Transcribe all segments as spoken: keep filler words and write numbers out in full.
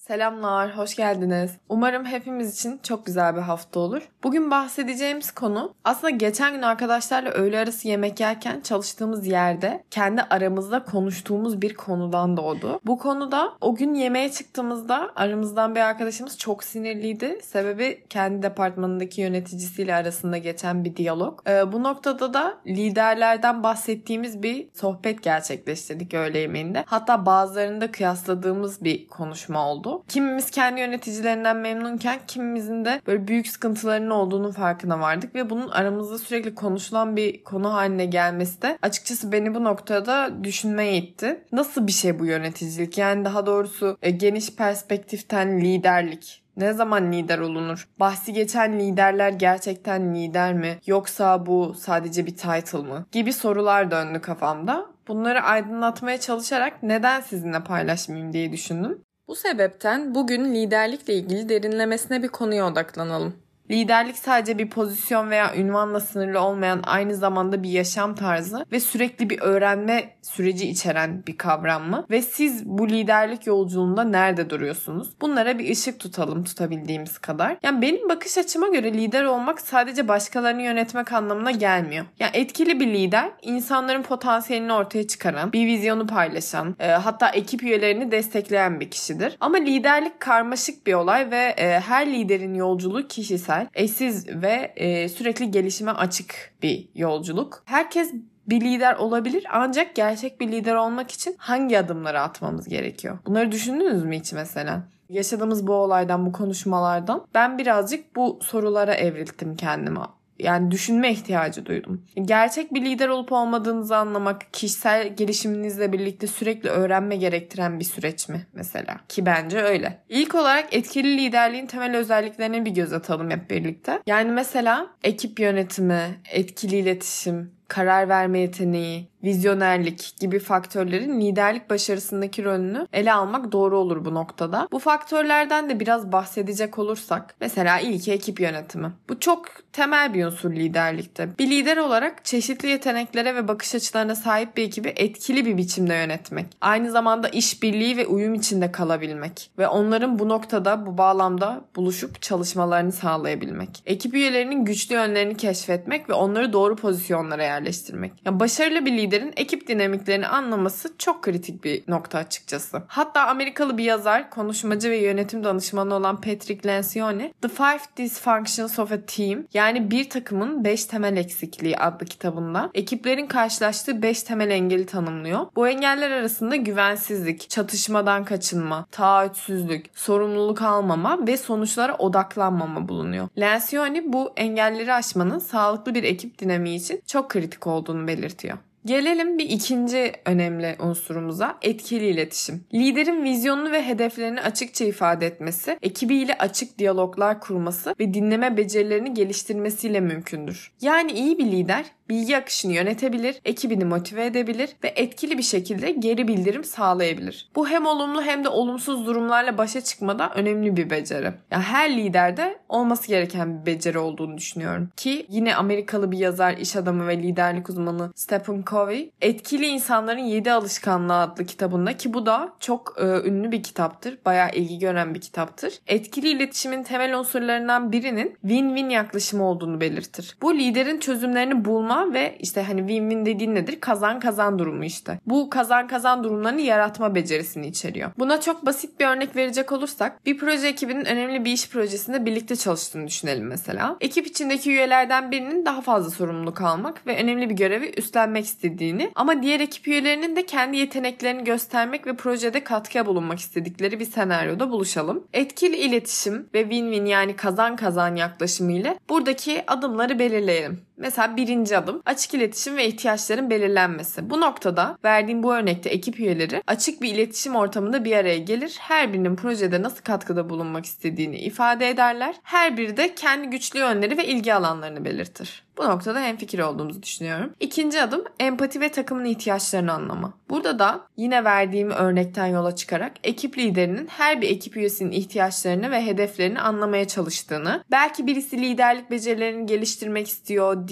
Selamlar, hoş geldiniz. Umarım hepimiz için çok güzel bir hafta olur. Bugün bahsedeceğimiz konu aslında geçen gün arkadaşlarla öğle arası yemek yerken çalıştığımız yerde kendi aramızda konuştuğumuz bir konudan doğdu. Bu konuda o gün yemeğe çıktığımızda aramızdan bir arkadaşımız çok sinirliydi. Sebebi kendi departmanındaki yöneticisiyle arasında geçen bir diyalog. Ee, bu noktada da liderlerden bahsettiğimiz bir sohbet gerçekleştirdik öğle yemeğinde. Hatta bazılarını da kıyasladığımız bir konuşma oldu. Kimimiz kendi yöneticilerinden memnunken kimimizin de böyle büyük sıkıntılarının olduğunun farkına vardık ve bunun aramızda sürekli konuşulan bir konu haline gelmesi de açıkçası beni bu noktada düşünmeye itti. Nasıl bir şey bu yöneticilik? Yani daha doğrusu e, geniş perspektiften liderlik. Ne zaman lider olunur? Bahsi geçen liderler gerçekten lider mi? Yoksa bu sadece bir title mı? Gibi sorular döndü kafamda. Bunları aydınlatmaya çalışarak neden sizinle paylaşmayayım diye düşündüm. Bu sebepten bugün liderlikle ilgili derinlemesine bir konuya odaklanalım. Liderlik sadece bir pozisyon veya ünvanla sınırlı olmayan aynı zamanda bir yaşam tarzı ve sürekli bir öğrenme süreci içeren bir kavram mı? Ve siz bu liderlik yolculuğunda nerede duruyorsunuz? Bunlara bir ışık tutalım tutabildiğimiz kadar. Yani benim bakış açıma göre lider olmak sadece başkalarını yönetmek anlamına gelmiyor. Yani etkili bir lider insanların potansiyelini ortaya çıkaran, bir vizyonu paylaşan, e, hatta ekip üyelerini destekleyen bir kişidir. Ama liderlik karmaşık bir olay ve e, her liderin yolculuğu kişisel, eşsiz ve e, sürekli gelişime açık bir yolculuk. Herkes bir lider olabilir ancak gerçek bir lider olmak için hangi adımları atmamız gerekiyor? Bunları düşündünüz mü hiç mesela? Yaşadığımız bu olaydan, bu konuşmalardan ben birazcık bu sorulara evrildim kendime. Yani düşünme ihtiyacı duydum. Gerçek bir lider olup olmadığınızı anlamak, kişisel gelişiminizle birlikte sürekli öğrenme gerektiren bir süreç mi mesela? Ki bence öyle. İlk olarak etkili liderliğin temel özelliklerine bir göz atalım hep birlikte. Yani mesela ekip yönetimi, etkili iletişim, karar verme yeteneği, vizyonerlik gibi faktörlerin liderlik başarısındaki rolünü ele almak doğru olur bu noktada. Bu faktörlerden de biraz bahsedecek olursak, mesela ilki ekip yönetimi. Bu çok temel bir unsur liderlikte. Bir lider olarak çeşitli yeteneklere ve bakış açılarına sahip bir ekibi etkili bir biçimde yönetmek. Aynı zamanda işbirliği ve uyum içinde kalabilmek ve onların bu noktada, bu bağlamda buluşup çalışmalarını sağlayabilmek. Ekip üyelerinin güçlü yönlerini keşfetmek ve onları doğru pozisyonlara yerleştirmek. Yani başarılı bir liderin ekip dinamiklerini anlaması çok kritik bir nokta açıkçası. Hatta Amerikalı bir yazar, konuşmacı ve yönetim danışmanı olan Patrick Lencioni, The Five Dysfunctions of a Team, yani bir takımın beş temel eksikliği adlı kitabında ekiplerin karşılaştığı beş temel engeli tanımlıyor. Bu engeller arasında güvensizlik, çatışmadan kaçınma, taahhütsüzlük, sorumluluk almama ve sonuçlara odaklanmama bulunuyor. Lencioni bu engelleri aşmanın sağlıklı bir ekip dinamiği için çok kritik olduğunu belirtiyor. Gelelim bir ikinci önemli unsurumuza, etkili iletişim. Liderin vizyonunu ve hedeflerini açıkça ifade etmesi, ekibiyle açık diyaloglar kurması ve dinleme becerilerini geliştirmesiyle mümkündür. Yani iyi bir lider bilgi akışını yönetebilir, ekibini motive edebilir ve etkili bir şekilde geri bildirim sağlayabilir. Bu hem olumlu hem de olumsuz durumlarla başa çıkmada önemli bir beceri. Yani her liderde olması gereken bir beceri olduğunu düşünüyorum. Ki yine Amerikalı bir yazar, iş adamı ve liderlik uzmanı Stephen Covey, Etkili İnsanların Yedi Alışkanlığı adlı kitabında, ki bu da çok e, ünlü bir kitaptır, bayağı ilgi gören bir kitaptır, etkili iletişimin temel unsurlarından birinin win-win yaklaşımı olduğunu belirtir. Bu liderin çözümlerini bulma ve işte hani win-win dediğin nedir? Kazan kazan durumu işte. Bu kazan kazan durumlarını yaratma becerisini içeriyor. Buna çok basit bir örnek verecek olursak, bir proje ekibinin önemli bir iş projesinde birlikte çalıştığını düşünelim mesela. Ekip içindeki üyelerden birinin daha fazla sorumluluk almak ve önemli bir görevi üstlenmek istediğini, ama diğer ekip üyelerinin de kendi yeteneklerini göstermek ve projede katkıya bulunmak istedikleri bir senaryoda buluşalım. Etkili iletişim ve win-win, yani kazan kazan yaklaşımı ile buradaki adımları belirleyelim. Mesela birinci adım açık iletişim ve ihtiyaçların belirlenmesi. Bu noktada verdiğim bu örnekte ekip üyeleri açık bir iletişim ortamında bir araya gelir. Her birinin projede nasıl katkıda bulunmak istediğini ifade ederler. Her biri de kendi güçlü yönleri ve ilgi alanlarını belirtir. Bu noktada hemfikir olduğumuzu düşünüyorum. İkinci adım empati ve takımın ihtiyaçlarını anlama. Burada da yine verdiğim örnekten yola çıkarak ekip liderinin her bir ekip üyesinin ihtiyaçlarını ve hedeflerini anlamaya çalıştığını, belki birisi liderlik becerilerini geliştirmek istiyor,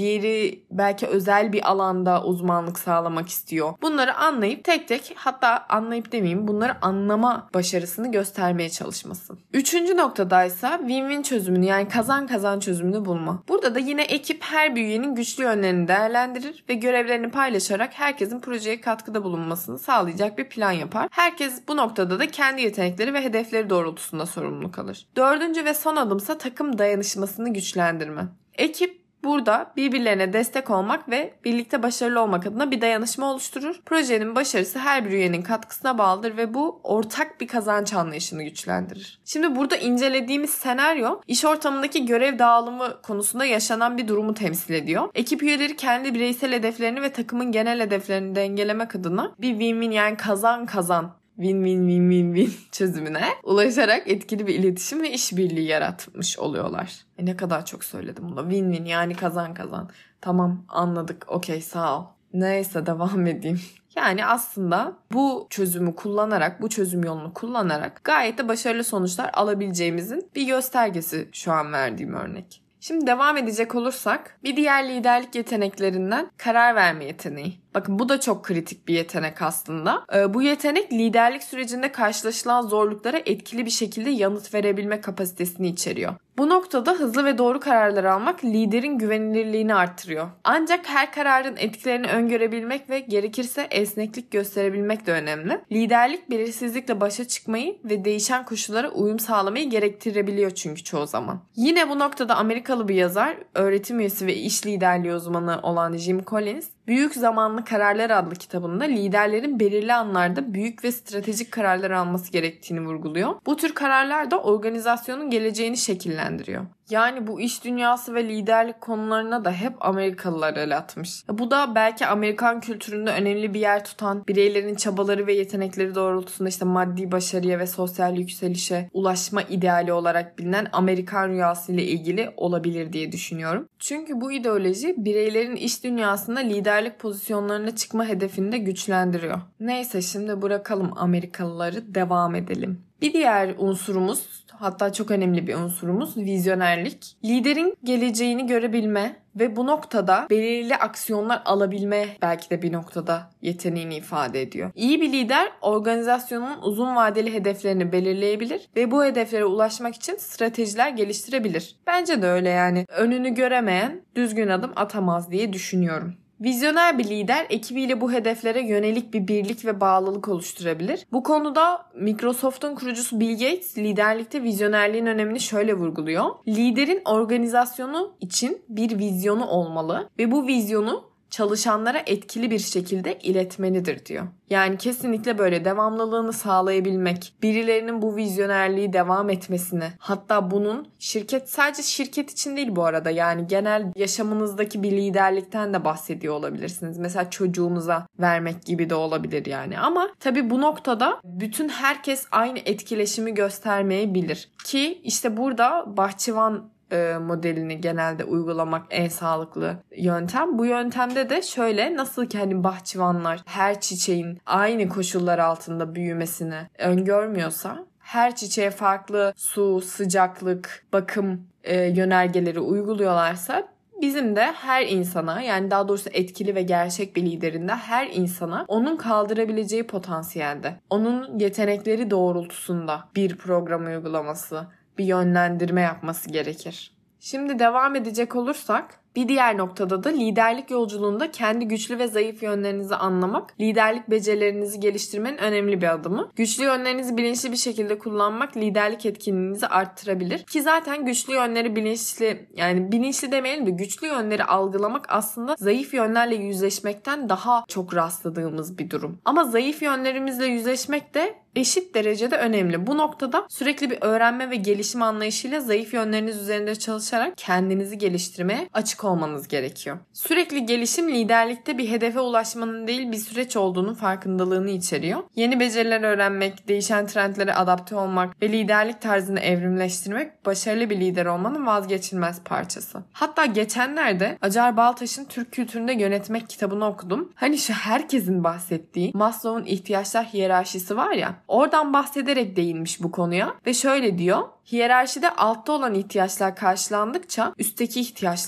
diğeri belki özel bir alanda uzmanlık sağlamak istiyor. Bunları anlayıp tek tek, hatta anlayıp demeyeyim, bunları anlama başarısını göstermeye çalışması. Üçüncü noktadaysa win-win çözümünü, yani kazan kazan çözümünü bulma. Burada da yine ekip her bir üyenin güçlü yönlerini değerlendirir ve görevlerini paylaşarak herkesin projeye katkıda bulunmasını sağlayacak bir plan yapar. Herkes bu noktada da kendi yetenekleri ve hedefleri doğrultusunda sorumluluk alır. Dördüncü ve son adımsa takım dayanışmasını güçlendirme. Ekip burada birbirlerine destek olmak ve birlikte başarılı olmak adına bir dayanışma oluşturur. Projenin başarısı her bir üyenin katkısına bağlıdır ve bu ortak bir kazanç anlayışını güçlendirir. Şimdi burada incelediğimiz senaryo iş ortamındaki görev dağılımı konusunda yaşanan bir durumu temsil ediyor. Ekip üyeleri kendi bireysel hedeflerini ve takımın genel hedeflerini dengelemek adına bir win-win, yani kazan kazan win-win-win-win-win çözümüne ulaşarak etkili bir iletişim ve işbirliği yaratmış oluyorlar. E ne kadar çok söyledim bunu. Win-win, yani kazan kazan. Tamam, anladık. Okey, sağ ol. Neyse, devam edeyim. Yani aslında bu çözümü kullanarak, bu çözüm yolunu kullanarak gayet de başarılı sonuçlar alabileceğimizin bir göstergesi şu an verdiğim örnek. Şimdi devam edecek olursak bir diğer liderlik yeteneklerinden karar verme yeteneği. Bakın bu da çok kritik bir yetenek aslında. Ee, bu yetenek liderlik sürecinde karşılaşılan zorluklara etkili bir şekilde yanıt verebilme kapasitesini içeriyor. Bu noktada hızlı ve doğru kararlar almak liderin güvenilirliğini artırıyor. Ancak her kararın etkilerini öngörebilmek ve gerekirse esneklik gösterebilmek de önemli. Liderlik belirsizlikle başa çıkmayı ve değişen koşullara uyum sağlamayı gerektirebiliyor çünkü çoğu zaman. Yine bu noktada Amerikalı bir yazar, öğretim üyesi ve iş liderliği uzmanı olan Jim Collins, Büyük Zamanlı Kararlar adlı kitabında liderlerin belirli anlarda büyük ve stratejik kararlar alması gerektiğini vurguluyor. Bu tür kararlar da organizasyonun geleceğini şekillendiriyor. Yani bu iş dünyası ve liderlik konularına da hep Amerikalılar el atmış. Bu da belki Amerikan kültüründe önemli bir yer tutan bireylerin çabaları ve yetenekleri doğrultusunda işte maddi başarıya ve sosyal yükselişe ulaşma ideali olarak bilinen Amerikan rüyası ile ilgili olabilir diye düşünüyorum. Çünkü bu ideoloji bireylerin iş dünyasında liderlik pozisyonlarına çıkma hedefini de güçlendiriyor. Neyse, şimdi bırakalım Amerikalıları, devam edelim. Bir diğer unsurumuz, hatta çok önemli bir unsurumuz vizyonerlik. Liderin geleceğini görebilme ve bu noktada belirli aksiyonlar alabilme belki de bir noktada yeteneğini ifade ediyor. İyi bir lider organizasyonun uzun vadeli hedeflerini belirleyebilir ve bu hedeflere ulaşmak için stratejiler geliştirebilir. Bence de öyle yani. Önünü göremeyen düzgün adım atamaz diye düşünüyorum. Vizyoner bir lider ekibiyle bu hedeflere yönelik bir birlik ve bağlılık oluşturabilir. Bu konuda Microsoft'un kurucusu Bill Gates liderlikte vizyonerliğin önemini şöyle vurguluyor. Liderin organizasyonu için bir vizyonu olmalı ve bu vizyonu çalışanlara etkili bir şekilde iletmelidir diyor. Yani kesinlikle böyle devamlılığını sağlayabilmek, birilerinin bu vizyonerliği devam etmesini, hatta bunun şirket, sadece şirket için değil bu arada, yani genel yaşamınızdaki bir liderlikten de bahsediyor olabilirsiniz. Mesela çocuğunuza vermek gibi de olabilir yani. Ama tabii bu noktada bütün herkes aynı etkileşimi göstermeyebilir. Ki işte burada bahçıvan modelini genelde uygulamak en sağlıklı yöntem. Bu yöntemde de şöyle, nasıl ki hani bahçıvanlar her çiçeğin aynı koşullar altında büyümesini öngörmüyorsa, her çiçeğe farklı su, sıcaklık, bakım e, yönergeleri uyguluyorlarsa, bizim de her insana, yani daha doğrusu etkili ve gerçek bir liderinde her insana onun kaldırabileceği potansiyelde, onun yetenekleri doğrultusunda bir program uygulaması, bir yönlendirme yapması gerekir. Şimdi devam edecek olursak, bir diğer noktada da liderlik yolculuğunda kendi güçlü ve zayıf yönlerinizi anlamak, liderlik becerilerinizi geliştirmenin önemli bir adımı. Güçlü yönlerinizi bilinçli bir şekilde kullanmak liderlik etkinliğinizi arttırabilir. Ki zaten güçlü yönleri bilinçli, yani bilinçli demeyelim de güçlü yönleri algılamak aslında zayıf yönlerle yüzleşmekten daha çok rastladığımız bir durum. Ama zayıf yönlerimizle yüzleşmek de eşit derecede önemli. Bu noktada sürekli bir öğrenme ve gelişim anlayışıyla zayıf yönleriniz üzerinde çalışarak kendinizi geliştirmeye açık olmanız gerekiyor. Sürekli gelişim liderlikte bir hedefe ulaşmanın değil bir süreç olduğunun farkındalığını içeriyor. Yeni beceriler öğrenmek, değişen trendlere adapte olmak ve liderlik tarzını evrimleştirmek başarılı bir lider olmanın vazgeçilmez parçası. Hatta geçenlerde Acar Baltaş'ın Türk Kültüründe Yönetmek kitabını okudum. Hani şu herkesin bahsettiği Maslow'un ihtiyaçlar hiyerarşisi var ya, oradan bahsederek değinmiş bu konuya ve şöyle diyor: hiyerarşide altta olan ihtiyaçlar karşılandıkça üstteki ihtiyaçlar ortaya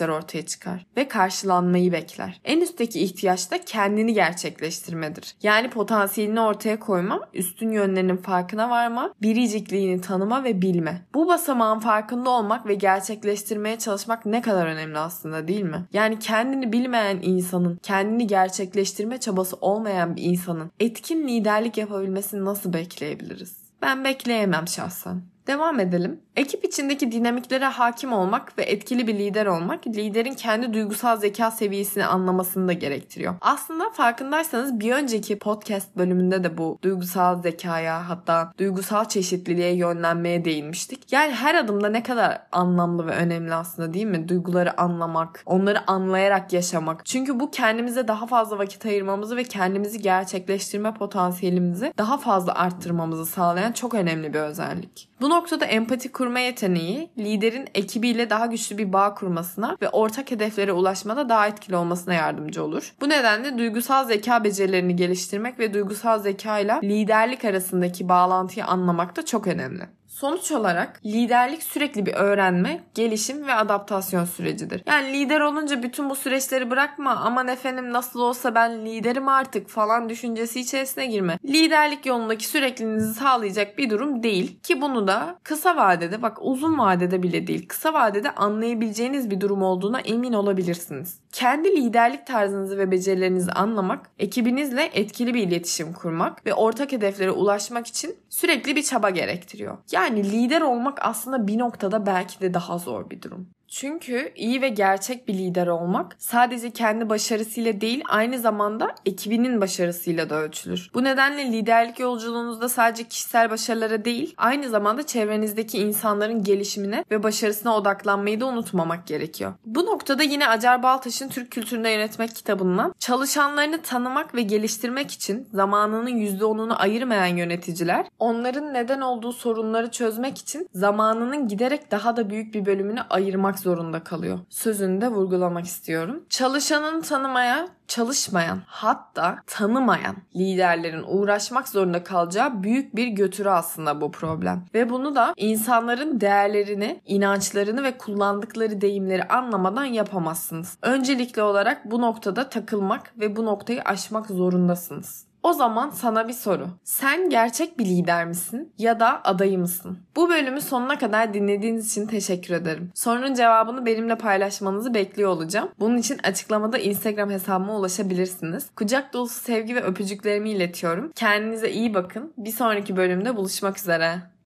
çıkar ve karşılanmayı bekler. En üstteki ihtiyaç da kendini gerçekleştirmedir. Yani potansiyelini ortaya koyma, üstün yönlerinin farkına varma, biricikliğini tanıma ve bilme. Bu basamağın farkında olmak ve gerçekleştirmeye çalışmak ne kadar önemli aslında, değil mi? Yani kendini bilmeyen insanın, kendini gerçekleştirme çabası olmayan bir insanın etkin liderlik yapabilmesini nasıl bekleyebiliriz? Ben bekleyemem şahsen. Devam edelim. Ekip içindeki dinamiklere hakim olmak ve etkili bir lider olmak, liderin kendi duygusal zeka seviyesini anlamasını da gerektiriyor. Aslında farkındaysanız bir önceki podcast bölümünde de bu duygusal zekaya, hatta duygusal çeşitliliğe yönlenmeye değinmiştik. Yani her adımda ne kadar anlamlı ve önemli aslında, değil mi? Duyguları anlamak, onları anlayarak yaşamak. Çünkü bu kendimize daha fazla vakit ayırmamızı ve kendimizi gerçekleştirme potansiyelimizi daha fazla arttırmamızı sağlayan çok önemli bir özellik. Bu noktada empati kurma yeteneği, liderin ekibiyle daha güçlü bir bağ kurmasına ve ortak hedeflere ulaşmada daha etkili olmasına yardımcı olur. Bu nedenle duygusal zeka becerilerini geliştirmek ve duygusal zeka ile liderlik arasındaki bağlantıyı anlamak da çok önemli. Sonuç olarak liderlik sürekli bir öğrenme, gelişim ve adaptasyon sürecidir. Yani lider olunca bütün bu süreçleri bırakma, aman efendim nasıl olsa ben liderim artık falan düşüncesi içerisine girme. Liderlik yolundaki sürekliliğinizi sağlayacak bir durum değil ki bunu da kısa vadede, bak uzun vadede bile değil, kısa vadede anlayabileceğiniz bir durum olduğuna emin olabilirsiniz. Kendi liderlik tarzınızı ve becerilerinizi anlamak, ekibinizle etkili bir iletişim kurmak ve ortak hedeflere ulaşmak için sürekli bir çaba gerektiriyor. Yani lider olmak aslında bir noktada belki de daha zor bir durum. Çünkü iyi ve gerçek bir lider olmak sadece kendi başarısıyla değil, aynı zamanda ekibinin başarısıyla da ölçülür. Bu nedenle liderlik yolculuğunuzda sadece kişisel başarılara değil, aynı zamanda çevrenizdeki insanların gelişimine ve başarısına odaklanmayı da unutmamak gerekiyor. Bu noktada yine Acar Baltaş'ın Türk Kültüründe Yönetmek kitabından çalışanlarını tanımak ve geliştirmek için zamanının yüzde onunu ayırmayan yöneticiler, onların neden olduğu sorunları çözmek için zamanının giderek daha da büyük bir bölümünü ayırmak zorunda kalıyor. Sözünü de vurgulamak istiyorum. Çalışanını tanımaya, çalışmayan, hatta tanımayan liderlerin uğraşmak zorunda kalacağı büyük bir götürü aslında bu problem. Ve bunu da insanların değerlerini, inançlarını ve kullandıkları deyimleri anlamadan yapamazsınız. Öncelikli olarak bu noktada takılmak ve bu noktayı aşmak zorundasınız. O zaman sana bir soru. Sen gerçek bir lider misin ya da adayı mısın? Bu bölümü sonuna kadar dinlediğiniz için teşekkür ederim. Sorunun cevabını benimle paylaşmanızı bekliyor olacağım. Bunun için açıklamada Instagram hesabıma ulaşabilirsiniz. Kucak dolusu sevgi ve öpücüklerimi iletiyorum. Kendinize iyi bakın. Bir sonraki bölümde buluşmak üzere.